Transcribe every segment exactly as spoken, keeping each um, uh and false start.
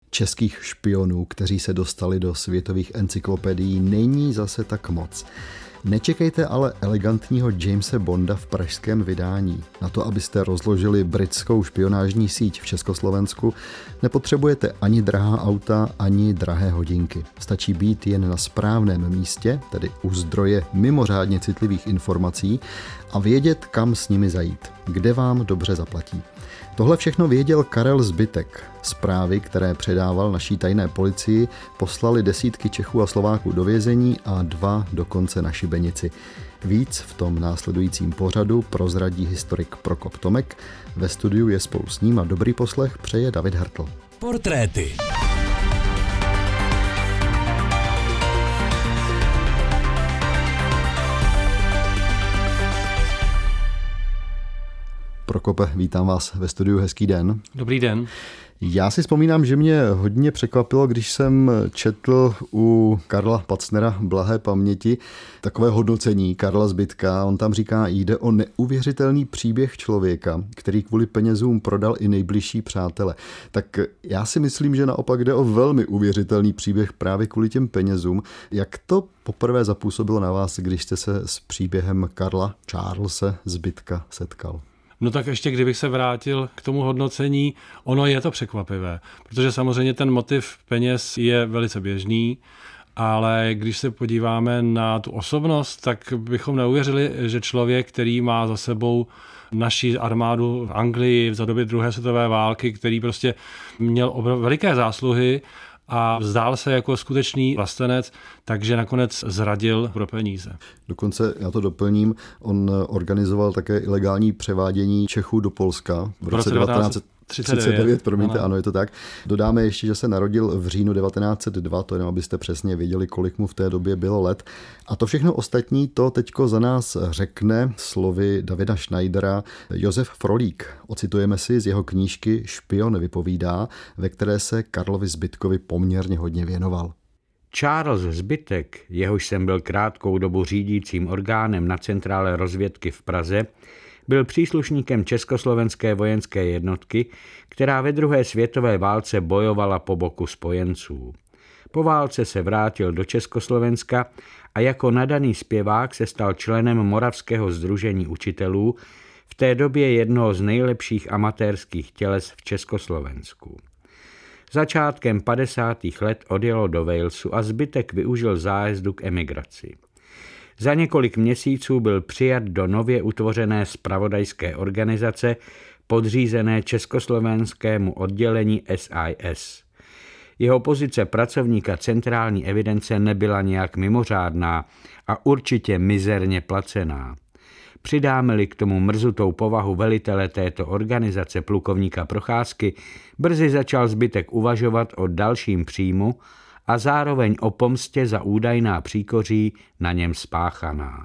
českých špionů, kteří se dostali do světových encyklopedií, není zase tak moc. Nečekejte ale elegantního Jamese Bonda v pražském vydání. Na to, abyste rozložili britskou špionážní síť v Československu, nepotřebujete ani drahá auta, ani drahé hodinky. Stačí být jen na správném místě, tedy u zdroje mimořádně citlivých informací, a vědět, kam s nimi zajít, kde vám dobře zaplatí. Tohle všechno věděl Karel Zbytek. Zprávy, které předával naší tajné policii, poslali desítky Čechů a Slováků do vězení a dva dokonce na šibenici. Víc v tom následujícím pořadu prozradí historik Prokop Tomek. Ve studiu je spolu s ním a dobrý poslech přeje David Hertl. Portréty. Prokope, vítám vás ve studiu, hezký den. Dobrý den. Já si vzpomínám, že mě hodně překvapilo, když jsem četl u Karla Pacnera blahé paměti takové hodnocení Karla Zbytka. On tam říká, jde o neuvěřitelný příběh člověka, který kvůli penězům prodal i nejbližší přátele. Tak já si myslím, že naopak jde o velmi uvěřitelný příběh právě kvůli těm penězům. Jak to poprvé zapůsobilo na vás, když jste se s příběhem Karla Charlese Zbytka setkal? No tak ještě kdybych se vrátil k tomu hodnocení, ono je to překvapivé, protože samozřejmě ten motiv peněz je velice běžný, ale když se podíváme na tu osobnost, tak bychom neuvěřili, že člověk, který má za sebou naši armádu v Anglii za doby druhé světové války, který prostě měl obrov, veliké zásluhy a vzdál se jako skutečný vlastenec, takže nakonec zradil pro peníze. Dokonce, já to doplním, on organizoval také ilegální převádění Čechů do Polska v roce devatenáct set třicet devět, promiňte, ano. ano, je to tak. Dodáme ještě, že se narodil v říjnu devatenáct set dva, to jenom abyste přesně věděli, kolik mu v té době bylo let. A to všechno ostatní to teďko za nás řekne slovy Davida Schneidera Josef Frolík. Ocitujeme si z jeho knížky Špion vypovídá, ve které se Karlovi Zbytkovi poměrně hodně věnoval. Charles Zbytek, jehož jsem byl krátkou dobu řídícím orgánem na centrále rozvědky v Praze, byl příslušníkem československé vojenské jednotky, která ve druhé světové válce bojovala po boku spojenců. Po válce se vrátil do Československa a jako nadaný zpěvák se stal členem Moravského sdružení učitelů, v té době jednoho z nejlepších amatérských těles v Československu. Začátkem padesátých let odjelo do Walesu a Zbytek využil zájezdu k emigraci. Za několik měsíců byl přijat do nově utvořené zpravodajské organizace podřízené československému oddělení S I S. Jeho pozice pracovníka centrální evidence nebyla nějak mimořádná a určitě mizerně placená. Přidáme-li k tomu mrzutou povahu velitele této organizace plukovníka Procházky, brzy začal Zbytek uvažovat o dalším příjmu a zároveň o pomstě za údajná příkoří na něm spáchaná.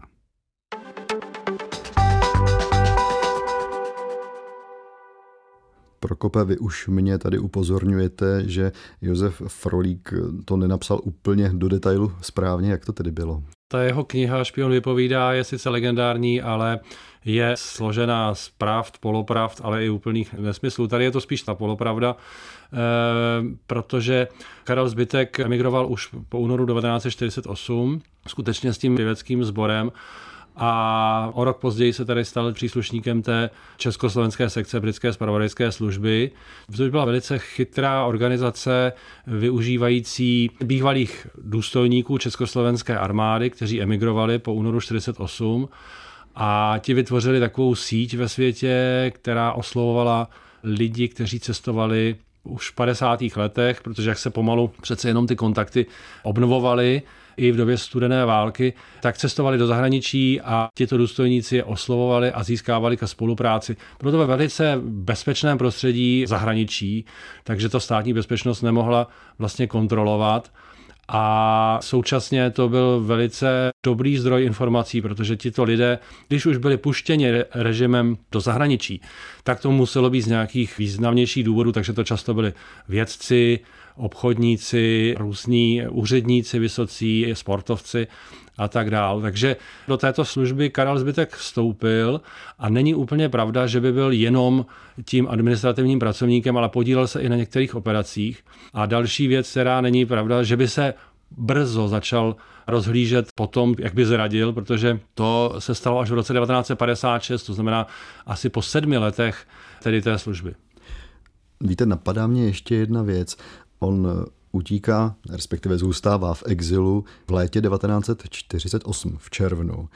Prokope, vy už mě tady upozorňujete, že Josef Frolík to nenapsal úplně do detailu správně. Jak to tedy bylo? Ta jeho kniha Špion vypovídá je sice legendární, ale je složená z pravd, polopravd, ale i úplných nesmyslů. Tady je to spíš ta polopravda, eh, protože Karel Zbytek emigroval už po únoru devatenáct set čtyřicet osm, skutečně s tím pěveckým sborem, a o rok později se tady stal příslušníkem té československé sekce britské zpravodajské služby. To byla velice chytrá organizace využívající bývalých důstojníků československé armády, kteří emigrovali po únoru čtyřicet osm, a ti vytvořili takovou síť ve světě, která oslovovala lidi, kteří cestovali už v padesátých letech, protože jak se pomalu přece jenom ty kontakty obnovovaly i v době studené války, tak cestovali do zahraničí a tito důstojníci je oslovovali a získávali ke spolupráci. Bylo to ve velice bezpečném prostředí zahraničí, takže to státní bezpečnost nemohla vlastně kontrolovat. A současně to byl velice dobrý zdroj informací, protože tito lidé, když už byli puštěni režimem do zahraničí, tak to muselo být z nějakých významnějších důvodů, takže to často byli vědci, obchodníci, různí úředníci vysocí, sportovci a tak dál. Takže do této služby Karel Zbytek vstoupil a není úplně pravda, že by byl jenom tím administrativním pracovníkem, ale podílel se i na některých operacích. A další věc, která není pravda, že by se brzo začal rozhlížet potom, jak by zradil, protože to se stalo až v roce devatenáct set padesát šest, to znamená asi po sedmi letech tedy té služby. Víte, napadá mě ještě jedna věc. On utíká, respektive zůstává v exilu v létě devatenáct set čtyřicet osm v červnu.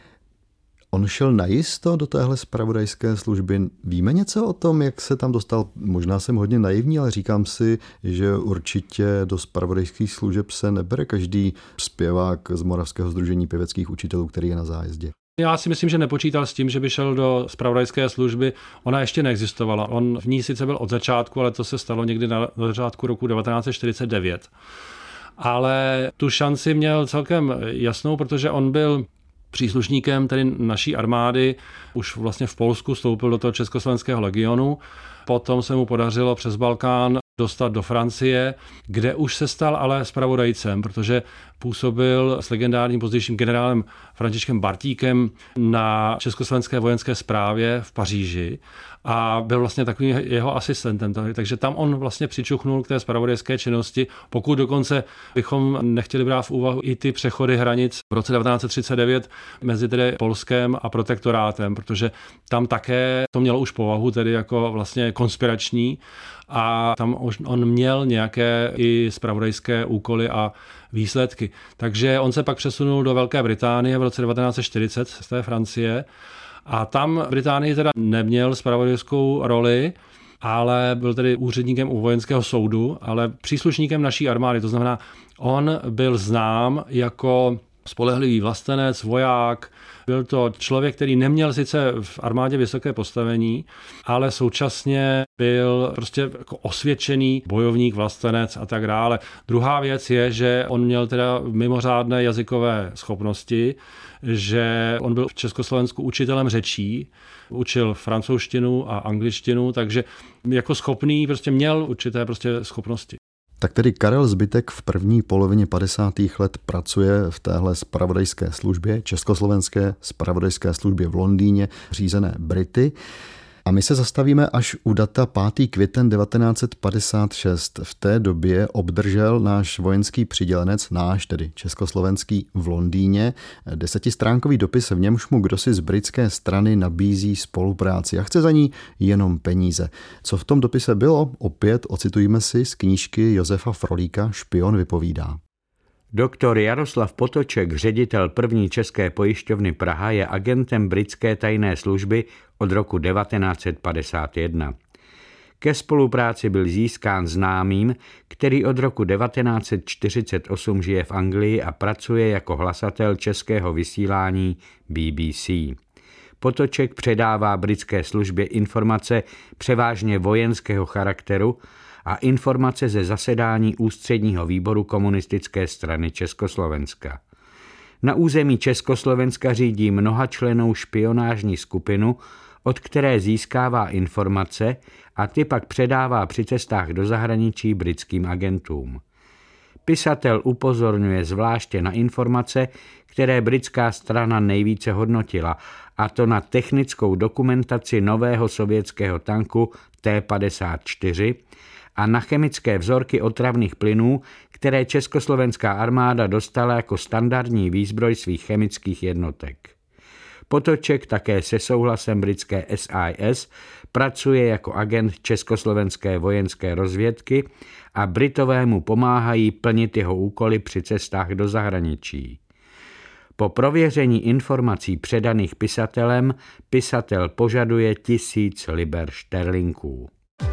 On šel najisto do téhle zpravodajské služby. Víme něco o tom, jak se tam dostal? Možná jsem hodně naivní, ale říkám si, že určitě do zpravodajských služeb se nebere každý zpěvák z Moravského sdružení pěveckých učitelů, který je na zájezdě. Já si myslím, že nepočítal s tím, že by šel do zpravodajské služby. Ona ještě neexistovala. On v ní sice byl od začátku, ale to se stalo někdy na začátku roku devatenáct set čtyřicet devět. Ale tu šanci měl celkem jasnou, protože on byl příslušníkem tedy naší armády, už vlastně v Polsku vstoupil do toho Československého legionu. Potom se mu podařilo přes Balkán dostat do Francie, kde už se stal ale zpravodajcem, protože působil s legendárním pozdějším generálem Františkem Bartíkem na Československé vojenské správě v Paříži a byl vlastně takovým jeho asistentem. Takže tam on vlastně přičuchnul k té zpravodajské činnosti, pokud dokonce bychom nechtěli brát v úvahu i ty přechody hranic v roce devatenáct set třicet devět mezi tedy Polskem a protektorátem, protože tam také to mělo už povahu tedy jako vlastně konspirační a tam on měl nějaké i zpravodajské úkoly a výsledky. Takže on se pak přesunul do Velké Británie v roce devatenáct set čtyřicet z té Francie a tam v Británii teda neměl zpravodajskou roli, ale byl tedy úředníkem u vojenského soudu, ale příslušníkem naší armády. To znamená, on byl znám jako spolehlivý vlastenec, voják. Byl to člověk, který neměl sice v armádě vysoké postavení, ale současně byl prostě jako osvědčený bojovník, vlastenec a tak dále. Druhá věc je, že on měl teda mimořádné jazykové schopnosti, že on byl v Československu učitelem řečí, učil francouzštinu a angličtinu, takže jako schopný prostě měl určité prostě schopnosti. Tak tedy Karel Zbytek v první polovině padesátých let pracuje v téhle zpravodajské službě, československé zpravodajské službě v Londýně, řízené Brity. A my se zastavíme až u data pátý květen devatenáct set padesát šest. V té době obdržel náš vojenský přidělenec, náš tedy československý v Londýně, desetistránkový dopis, v němž mu kdosi z britské strany nabízí spolupráci a chce za ní jenom peníze. Co v tom dopise bylo? Opět ocitujeme si z knížky Josefa Frolíka Špion vypovídá. Doktor Jaroslav Potoček, ředitel první české pojišťovny Praha, je agentem britské tajné služby od roku devatenáct set padesát jedna. Ke spolupráci byl získán známým, který od roku devatenáct set čtyřicet osm žije v Anglii a pracuje jako hlasatel českého vysílání B B C. Potoček předává britské službě informace převážně vojenského charakteru a informace ze zasedání ústředního výboru komunistické strany Československa. Na území Československa řídí mnohačlennou špionážní skupinu, od které získává informace a ty pak předává při cestách do zahraničí britským agentům. Pisatel upozorňuje zvláště na informace, které britská strana nejvíce hodnotila, a to na technickou dokumentaci nového sovětského tanku T padesát čtyři a na chemické vzorky otravných plynů, které československá armáda dostala jako standardní výzbroj svých chemických jednotek. Potoček také se souhlasem britské S I S pracuje jako agent československé vojenské rozvědky a Britové mu pomáhají plnit jeho úkoly při cestách do zahraničí. Po prověření informací předaných pisatelem, pisatel požaduje tisíc liber šterlinků.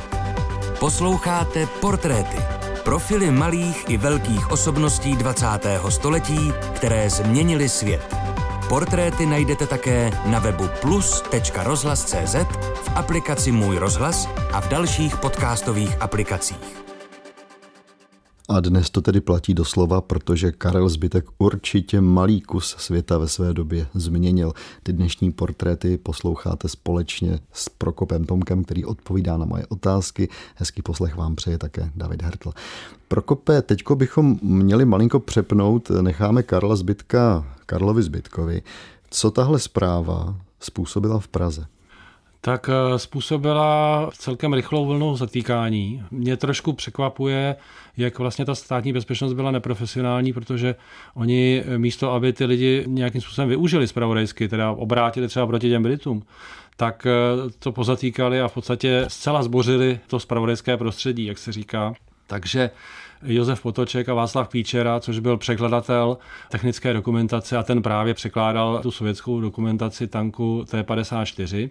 Posloucháte Portréty. Profily malých i velkých osobností dvacátého století, které změnily svět. Portréty najdete také na webu plus tečka rozhlas tečka cé zet, v aplikaci Můj rozhlas a v dalších podcastových aplikacích. A dnes to tedy platí doslova, protože Karel Zbytek určitě malý kus světa ve své době změnil. Ty dnešní portréty posloucháte společně s Prokopem Tomkem, který odpovídá na moje otázky. Hezký poslech vám přeje také David Hertl. Prokope, teďko bychom měli malinko přepnout, necháme Karla Zbytka Karlovi Zbytkovi. Co tahle zpráva způsobila v Praze? Tak způsobila celkem rychlou vlnu zatýkání. Mě trošku překvapuje, jak vlastně ta státní bezpečnost byla neprofesionální, protože oni místo, aby ty lidi nějakým způsobem využili zpravodajsky, teda obrátili třeba proti těm Britům, tak to pozatýkali a v podstatě zcela zbořili to zpravodajské prostředí, jak se říká. Takže Josef Potoček a Václav Klíčera, což byl překladatel technické dokumentace a ten právě překládal tu sovětskou dokumentaci tanku T padesát čtyři.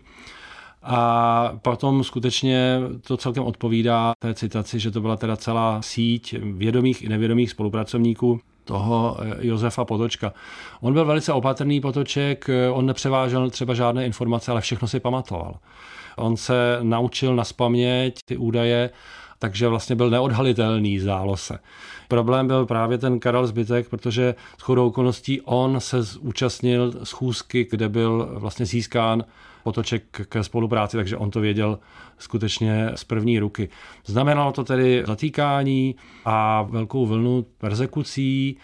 A potom skutečně to celkem odpovídá té citaci, že to byla teda celá síť vědomých i nevědomých spolupracovníků toho Josefa Potočka. On byl velice opatrný Potoček, on nepřevážel třeba žádné informace, ale všechno si pamatoval. On se naučil nazpaměť ty údaje, takže vlastně byl neodhalitelný, zdálo se. Problém byl právě ten Karel Zbytek, protože shodou okolností on se zúčastnil schůzky, kde byl vlastně získán Potoček ke spolupráci, takže on to věděl skutečně z první ruky. Znamenalo to tedy zatýkání a velkou vlnu perzekucí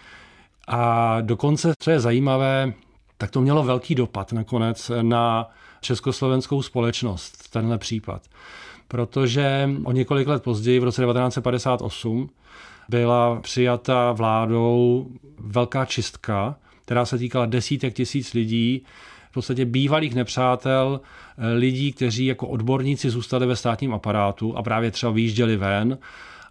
a dokonce, co je zajímavé, tak to mělo velký dopad nakonec na československou společnost, tenhle případ. Protože o několik let později, v roce devatenáct set padesát osm, byla přijata vládou velká čistka, která se týkala desítek tisíc lidí, v podstatě bývalých nepřátel, lidí, kteří jako odborníci zůstali ve státním aparátu a právě třeba vyjížděli ven.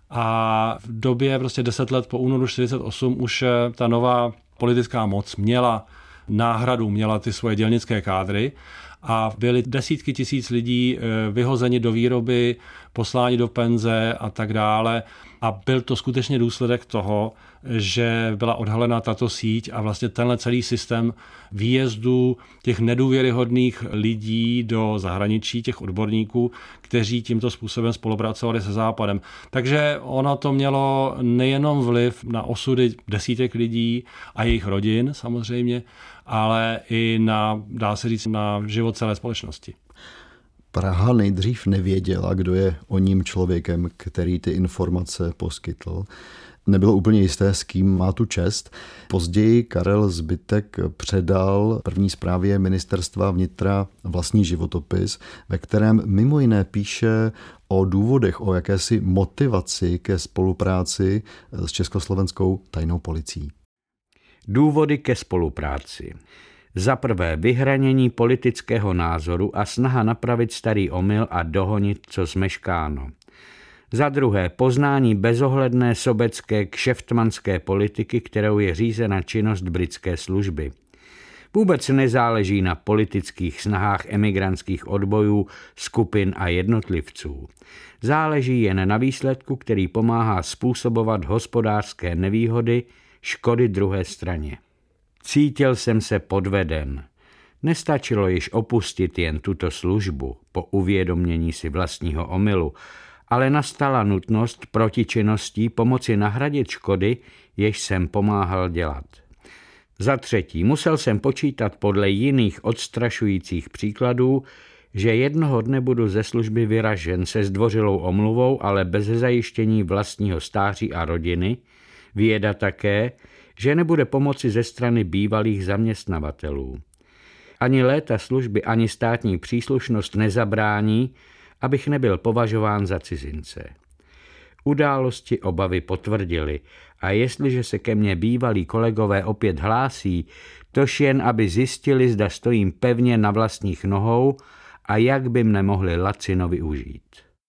A v době prostě deset let po únoru čtyřicet osm už ta nová politická moc měla náhradu, měla ty svoje dělnické kádry a byly desítky tisíc lidí vyhozeni do výroby, posláni do penze a tak dále. A byl to skutečně důsledek toho, že byla odhalena tato síť a vlastně tenhle celý systém výjezdu těch nedůvěryhodných lidí do zahraničí, těch odborníků, kteří tímto způsobem spolupracovali se Západem. Takže ono to mělo nejenom vliv na osudy desítek lidí a jejich rodin samozřejmě, ale i na, dá se říct, na život celé společnosti. Praha nejdřív nevěděla, kdo je oním člověkem, který ty informace poskytl. Nebylo úplně jisté, s kým má tu čest. Později Karel Zbytek předal první správě ministerstva vnitra vlastní životopis, ve kterém mimo jiné píše o důvodech, o jakési motivaci ke spolupráci s československou tajnou policií. Důvody ke spolupráci. Za prvé vyhranění politického názoru a snaha napravit starý omyl a dohonit, co zmeškáno. Za druhé poznání bezohledné sobecké kšeftmanské politiky, kterou je řízena činnost britské služby. Vůbec nezáleží na politických snahách emigrantských odbojů, skupin a jednotlivců. Záleží jen na výsledku, který pomáhá způsobovat hospodářské nevýhody, škody druhé straně. Cítil jsem se podveden. Nestačilo již opustit jen tuto službu po uvědomění si vlastního omylu, ale nastala nutnost protičinností pomoci nahradit škody, jež jsem pomáhal dělat. Za třetí, musel jsem počítat podle jiných odstrašujících příkladů, že jednoho dne budu ze služby vyražen se zdvořilou omluvou, ale bez zajištění vlastního stáří a rodiny, věda také, že nebude pomoci ze strany bývalých zaměstnavatelů. Ani léta služby, ani státní příslušnost nezabrání, abych nebyl považován za cizince. Události obavy potvrdily a jestliže se ke mně bývalí kolegové opět hlásí, tož jen aby zjistili, zda stojím pevně na vlastních nohou a jak by mne mohli lacino využít.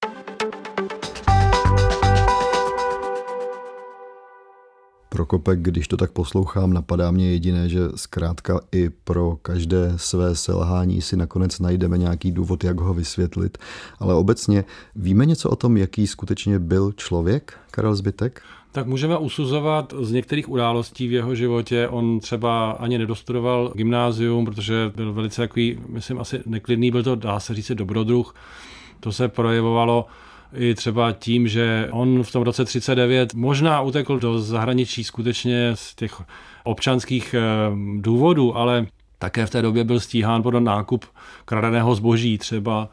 Prokope, když to tak poslouchám, napadá mě jediné, že zkrátka i pro každé své selhání si nakonec najdeme nějaký důvod, jak ho vysvětlit. Ale obecně víme něco o tom, jaký skutečně byl člověk, Karel Zbytek? Tak můžeme usuzovat z některých událostí v jeho životě. On třeba ani nedostudoval gymnázium, protože byl velice takový, myslím, asi neklidný, byl to, dá se říct, dobrodruh. To se projevovalo i třeba tím, že on v tom roce třicet devět možná utekl do zahraničí skutečně z těch občanských důvodů, ale také v té době byl stíhán pro nákup kradeného zboží třeba.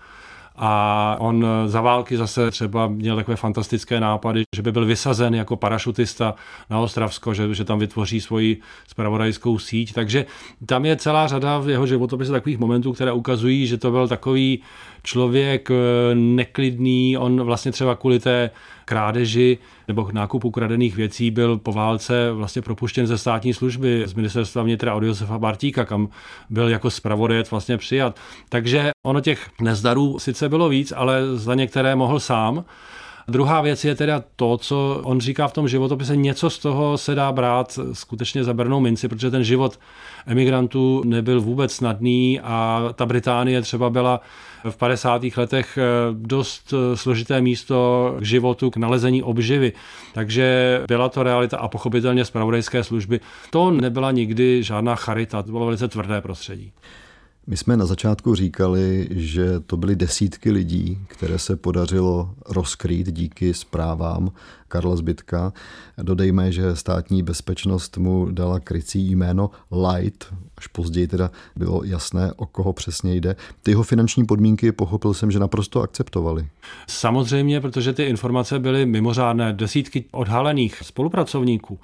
A on za války zase třeba měl takové fantastické nápady, že by byl vysazen jako parašutista na Ostravsko, že, že tam vytvoří svoji zpravodajskou síť. Takže tam je celá řada v jeho životopise takových momentů, které ukazují, že to byl takový člověk neklidný. On vlastně třeba kvůli té krádeži nebo nákupu kradených věcí byl po válce vlastně propuštěn ze státní služby z ministerstva vnitra od Josefa Bartíka, kam byl jako zpravodajec vlastně přijat. Takže ono těch nezdarů sice bylo víc, ale za některé mohl sám. Druhá věc je teda to, co on říká v tom životopise, něco z toho se dá brát skutečně za bernou minci, protože ten život emigrantů nebyl vůbec snadný a ta Británie třeba byla v padesátých letech dost složité místo k životu, k nalezení obživy. Takže byla to realita a pochopitelně zpravodajské služby. To nebyla nikdy žádná charita, to bylo velice tvrdé prostředí. My jsme na začátku říkali, že to byly desítky lidí, které se podařilo rozkrýt díky zprávám Karla Zbytka. Dodejme, že státní bezpečnost mu dala krycí jméno Light, až později teda bylo jasné, o koho přesně jde. Ty jeho finanční podmínky, pochopil jsem, že naprosto akceptovali. Samozřejmě, protože ty informace byly mimořádné, desítky odhalených spolupracovníků,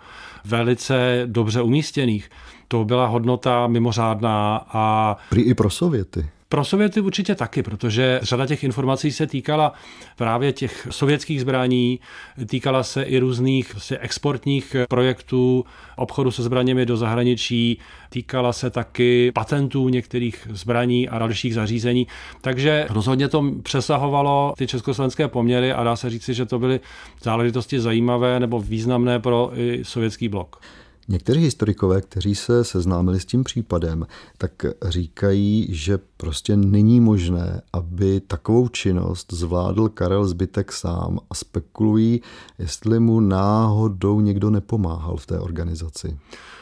velice dobře umístěných. To byla hodnota mimořádná a... Prý i pro Sověty. Pro Sověty určitě taky, protože řada těch informací se týkala právě těch sovětských zbraní, týkala se i různých exportních projektů, obchodu se zbraněmi do zahraničí, týkala se taky patentů některých zbraní a dalších zařízení. Takže rozhodně to přesahovalo ty československé poměry a dá se říci, že to byly záležitosti zajímavé nebo významné pro i sovětský blok. Někteří historikové, kteří se seznámili s tím případem, tak říkají, že prostě není možné, aby takovou činnost zvládl Karel Zbytek sám a spekulují, jestli mu náhodou někdo nepomáhal v té organizaci.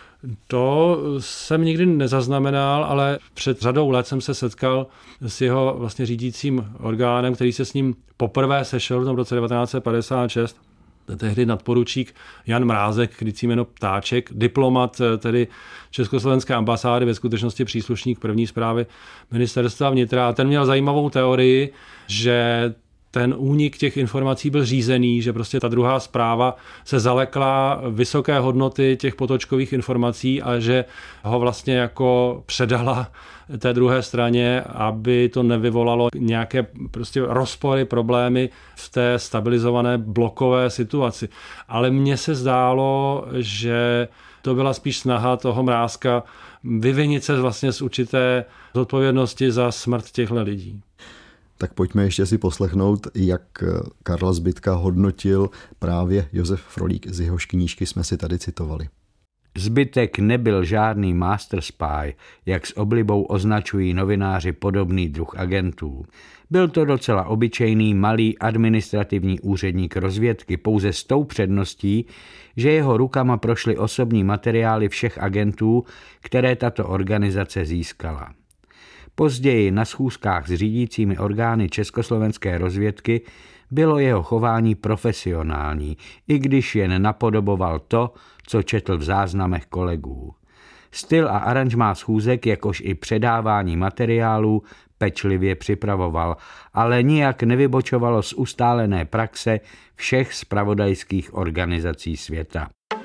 To jsem nikdy nezaznamenal, ale před řadou let jsem se setkal s jeho vlastně řídícím orgánem, který se s ním poprvé sešel v tom roce devatenáct set padesát šest. Tehdy nadporučík Jan Mrázek, krycí jméno Ptáček, diplomat tedy Československé ambasády, ve skutečnosti příslušník první správy ministerstva vnitra. Ten měl zajímavou teorii, že ten únik těch informací byl řízený, že prostě ta druhá zpráva se zalekla vysoké hodnoty těch potočkových informací a že ho vlastně jako předala té druhé straně, aby to nevyvolalo nějaké prostě rozpory, problémy v té stabilizované blokové situaci. Ale mně se zdálo, že to byla spíš snaha toho Mrázka vyvinit se vlastně z určité zodpovědnosti za smrt těchto lidí. Tak pojďme ještě si poslechnout, jak Karla Zbytka hodnotil právě Josef Frolík, z jehož knížky jsme si tady citovali. Zbytek nebyl žádný master spy, jak s oblibou označují novináři podobný druh agentů. Byl to docela obyčejný malý administrativní úředník rozvědky, pouze s tou předností, že jeho rukama prošly osobní materiály všech agentů, které tato organizace získala. Později na schůzkách s řídícími orgány československé rozvědky bylo jeho chování profesionální, i když jen napodoboval to, co četl v záznamech kolegů. Styl a aranžmá schůzek, jakož i předávání materiálů, pečlivě připravoval, ale nijak nevybočovalo z ustálené praxe všech zpravodajských organizací světa.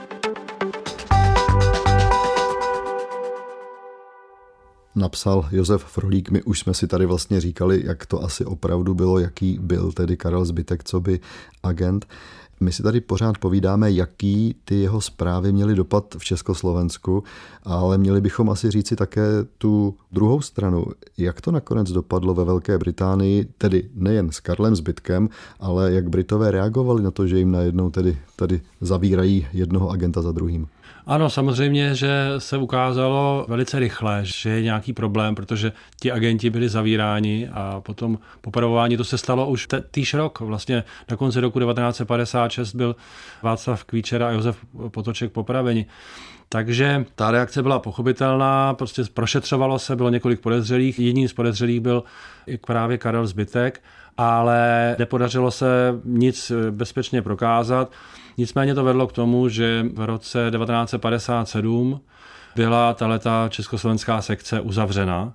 Napsal Josef Frolík, my už jsme si tady vlastně říkali, jak to asi opravdu bylo, jaký byl tedy Karel Zbytek coby agent. My si tady pořád povídáme, jaký ty jeho zprávy měly dopad v Československu, ale měli bychom asi říci také tu druhou stranu. Jak to nakonec dopadlo ve Velké Británii, tedy nejen s Karlem Zbytkem, ale jak Britové reagovali na to, že jim najednou tedy tady zavírají jednoho agenta za druhým? Ano, samozřejmě, že se ukázalo velice rychle, že je nějaký problém, protože ti agenti byli zavíráni a potom popravování. To se stalo už týž rok. Vlastně na konci roku devatenáct set padesát šest byl Václav Kvíčera a Josef Potoček popraveni. Takže ta reakce byla pochopitelná, prostě prošetřovalo se, bylo několik podezřelých. Jedním z podezřelých byl i právě Karel Zbytek ale nepodařilo se nic bezpečně prokázat. Nicméně to vedlo k tomu, že v roce devatenáct set padesát sedm byla tato československá sekce uzavřena.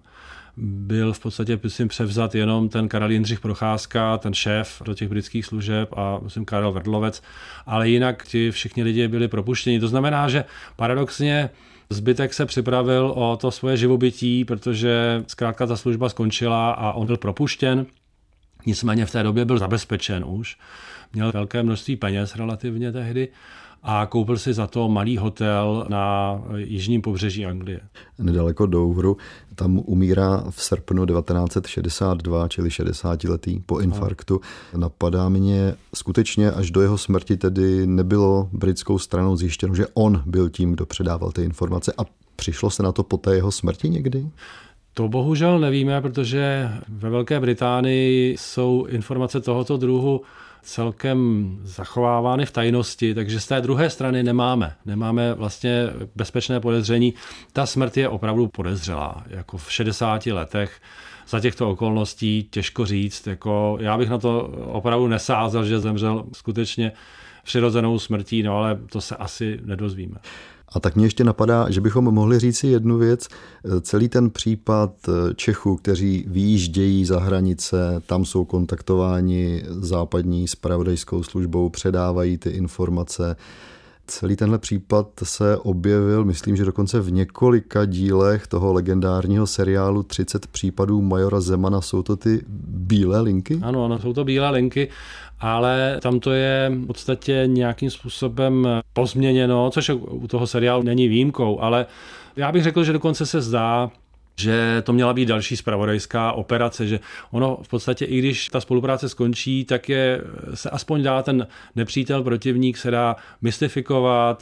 Byl v podstatě myslím, převzat jenom ten Karel Jindřich Procházka, ten šéf do těch britských služeb a myslím Karel Vrdlovec, ale jinak ti všichni lidi byli propuštěni. To znamená, že paradoxně zbytek se připravil o to svoje živobytí, protože zkrátka ta služba skončila a on byl propuštěn. Nicméně v té době byl zabezpečen už. Měl velké množství peněz relativně tehdy a koupil si za to malý hotel na jižním pobřeží Anglie. Nedaleko Douvru, tam umírá v srpnu devatenáct set šedesát dva, čili šedesátiletý po infarktu. No. Napadá mě, skutečně až do jeho smrti tedy nebylo britskou stranou zjištěno, že on byl tím, kdo předával ty informace a přišlo se na to po té jeho smrti někdy? To bohužel nevíme, protože ve Velké Británii jsou informace tohoto druhu celkem zachovávány v tajnosti, takže z té druhé strany nemáme. Nemáme vlastně bezpečné podezření. Ta smrt je opravdu podezřelá. Jako v šedesáti letech za těchto okolností těžko říct. Jako já bych na to opravdu nesázel, že zemřel skutečně přirozenou smrtí, no ale to se asi nedozvíme. A tak mě ještě napadá, že bychom mohli říct si jednu věc. Celý ten případ Čechů, kteří vyjíždějí za hranice, tam jsou kontaktováni západní zpravodajskou službou, předávají ty informace. Celý tenhle případ se objevil, myslím, že dokonce v několika dílech toho legendárního seriálu třicet případů majora Zemana. Jsou to ty bílé linky? Ano, ano, jsou to bílé linky, ale tam to je v podstatě nějakým způsobem pozměněno, což u toho seriálu není výjimkou, ale já bych řekl, že dokonce se zdá, že to měla být další zpravodajská operace, že ono v podstatě, i když ta spolupráce skončí, tak je, se aspoň dá ten nepřítel, protivník se dá mystifikovat,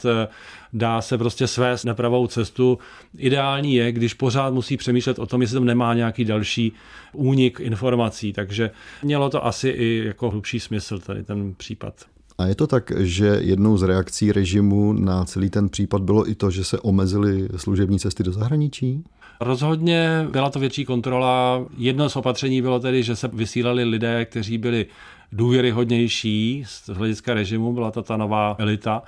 dá se prostě svést nepravou cestu. Ideální je, když pořád musí přemýšlet o tom, jestli tam nemá nějaký další únik informací, takže mělo to asi i jako hlubší smysl tady ten případ. A je to tak, že jednou z reakcí režimu na celý ten případ bylo i to, že se omezily služební cesty do zahraničí? Rozhodně byla to větší kontrola. Jedno z opatření bylo tedy, že se vysílali lidé, kteří byli důvěryhodnější z hlediska režimu, byla to ta nová elita,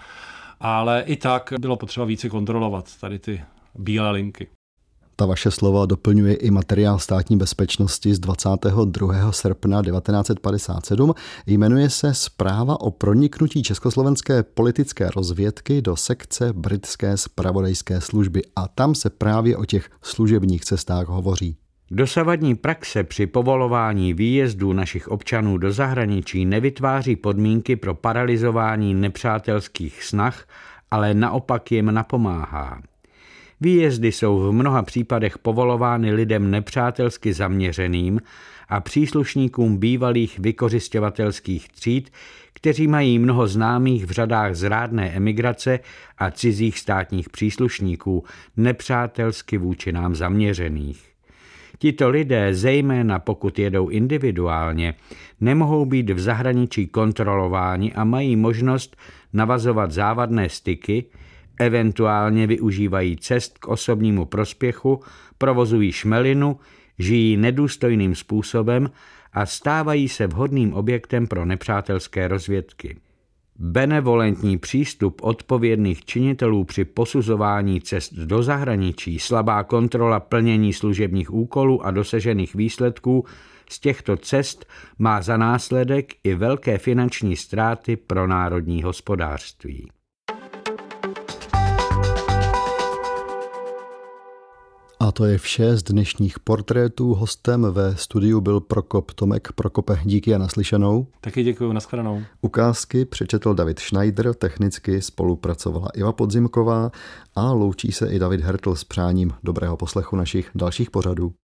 ale i tak bylo potřeba více kontrolovat tady ty bílé linky. Ta vaše slova doplňuje i materiál Státní bezpečnosti z dvacátého druhého srpna devatenáct set padesát sedm. Jmenuje se Zpráva o proniknutí československé politické rozvědky do sekce britské zpravodajské služby a tam se právě o těch služebních cestách hovoří. Dosavadní praxe při povolování výjezdů našich občanů do zahraničí nevytváří podmínky pro paralyzování nepřátelských snah, ale naopak jim napomáhá. Výjezdy jsou v mnoha případech povolovány lidem nepřátelsky zaměřeným a příslušníkům bývalých vykořisťovatelských tříd, kteří mají mnoho známých v řadách zrádné emigrace a cizích státních příslušníků, nepřátelsky vůči nám zaměřených. Tito lidé, zejména pokud jedou individuálně, nemohou být v zahraničí kontrolováni a mají možnost navazovat závadné styky, eventuálně využívají cest k osobnímu prospěchu, provozují šmelinu, žijí nedůstojným způsobem a stávají se vhodným objektem pro nepřátelské rozvědky. Benevolentní přístup odpovědných činitelů při posuzování cest do zahraničí, slabá kontrola plnění služebních úkolů a dosažených výsledků z těchto cest má za následek i velké finanční ztráty pro národní hospodářství. A to je vše z dnešních portrétů. Hostem ve studiu byl Prokop Tomek. Prokope, díky a naslyšenou. Taky děkuji, nashledanou. Ukázky přečetl David Schneider, technicky spolupracovala Iva Podzimková a loučí se i David Hertl s přáním dobrého poslechu našich dalších pořadů.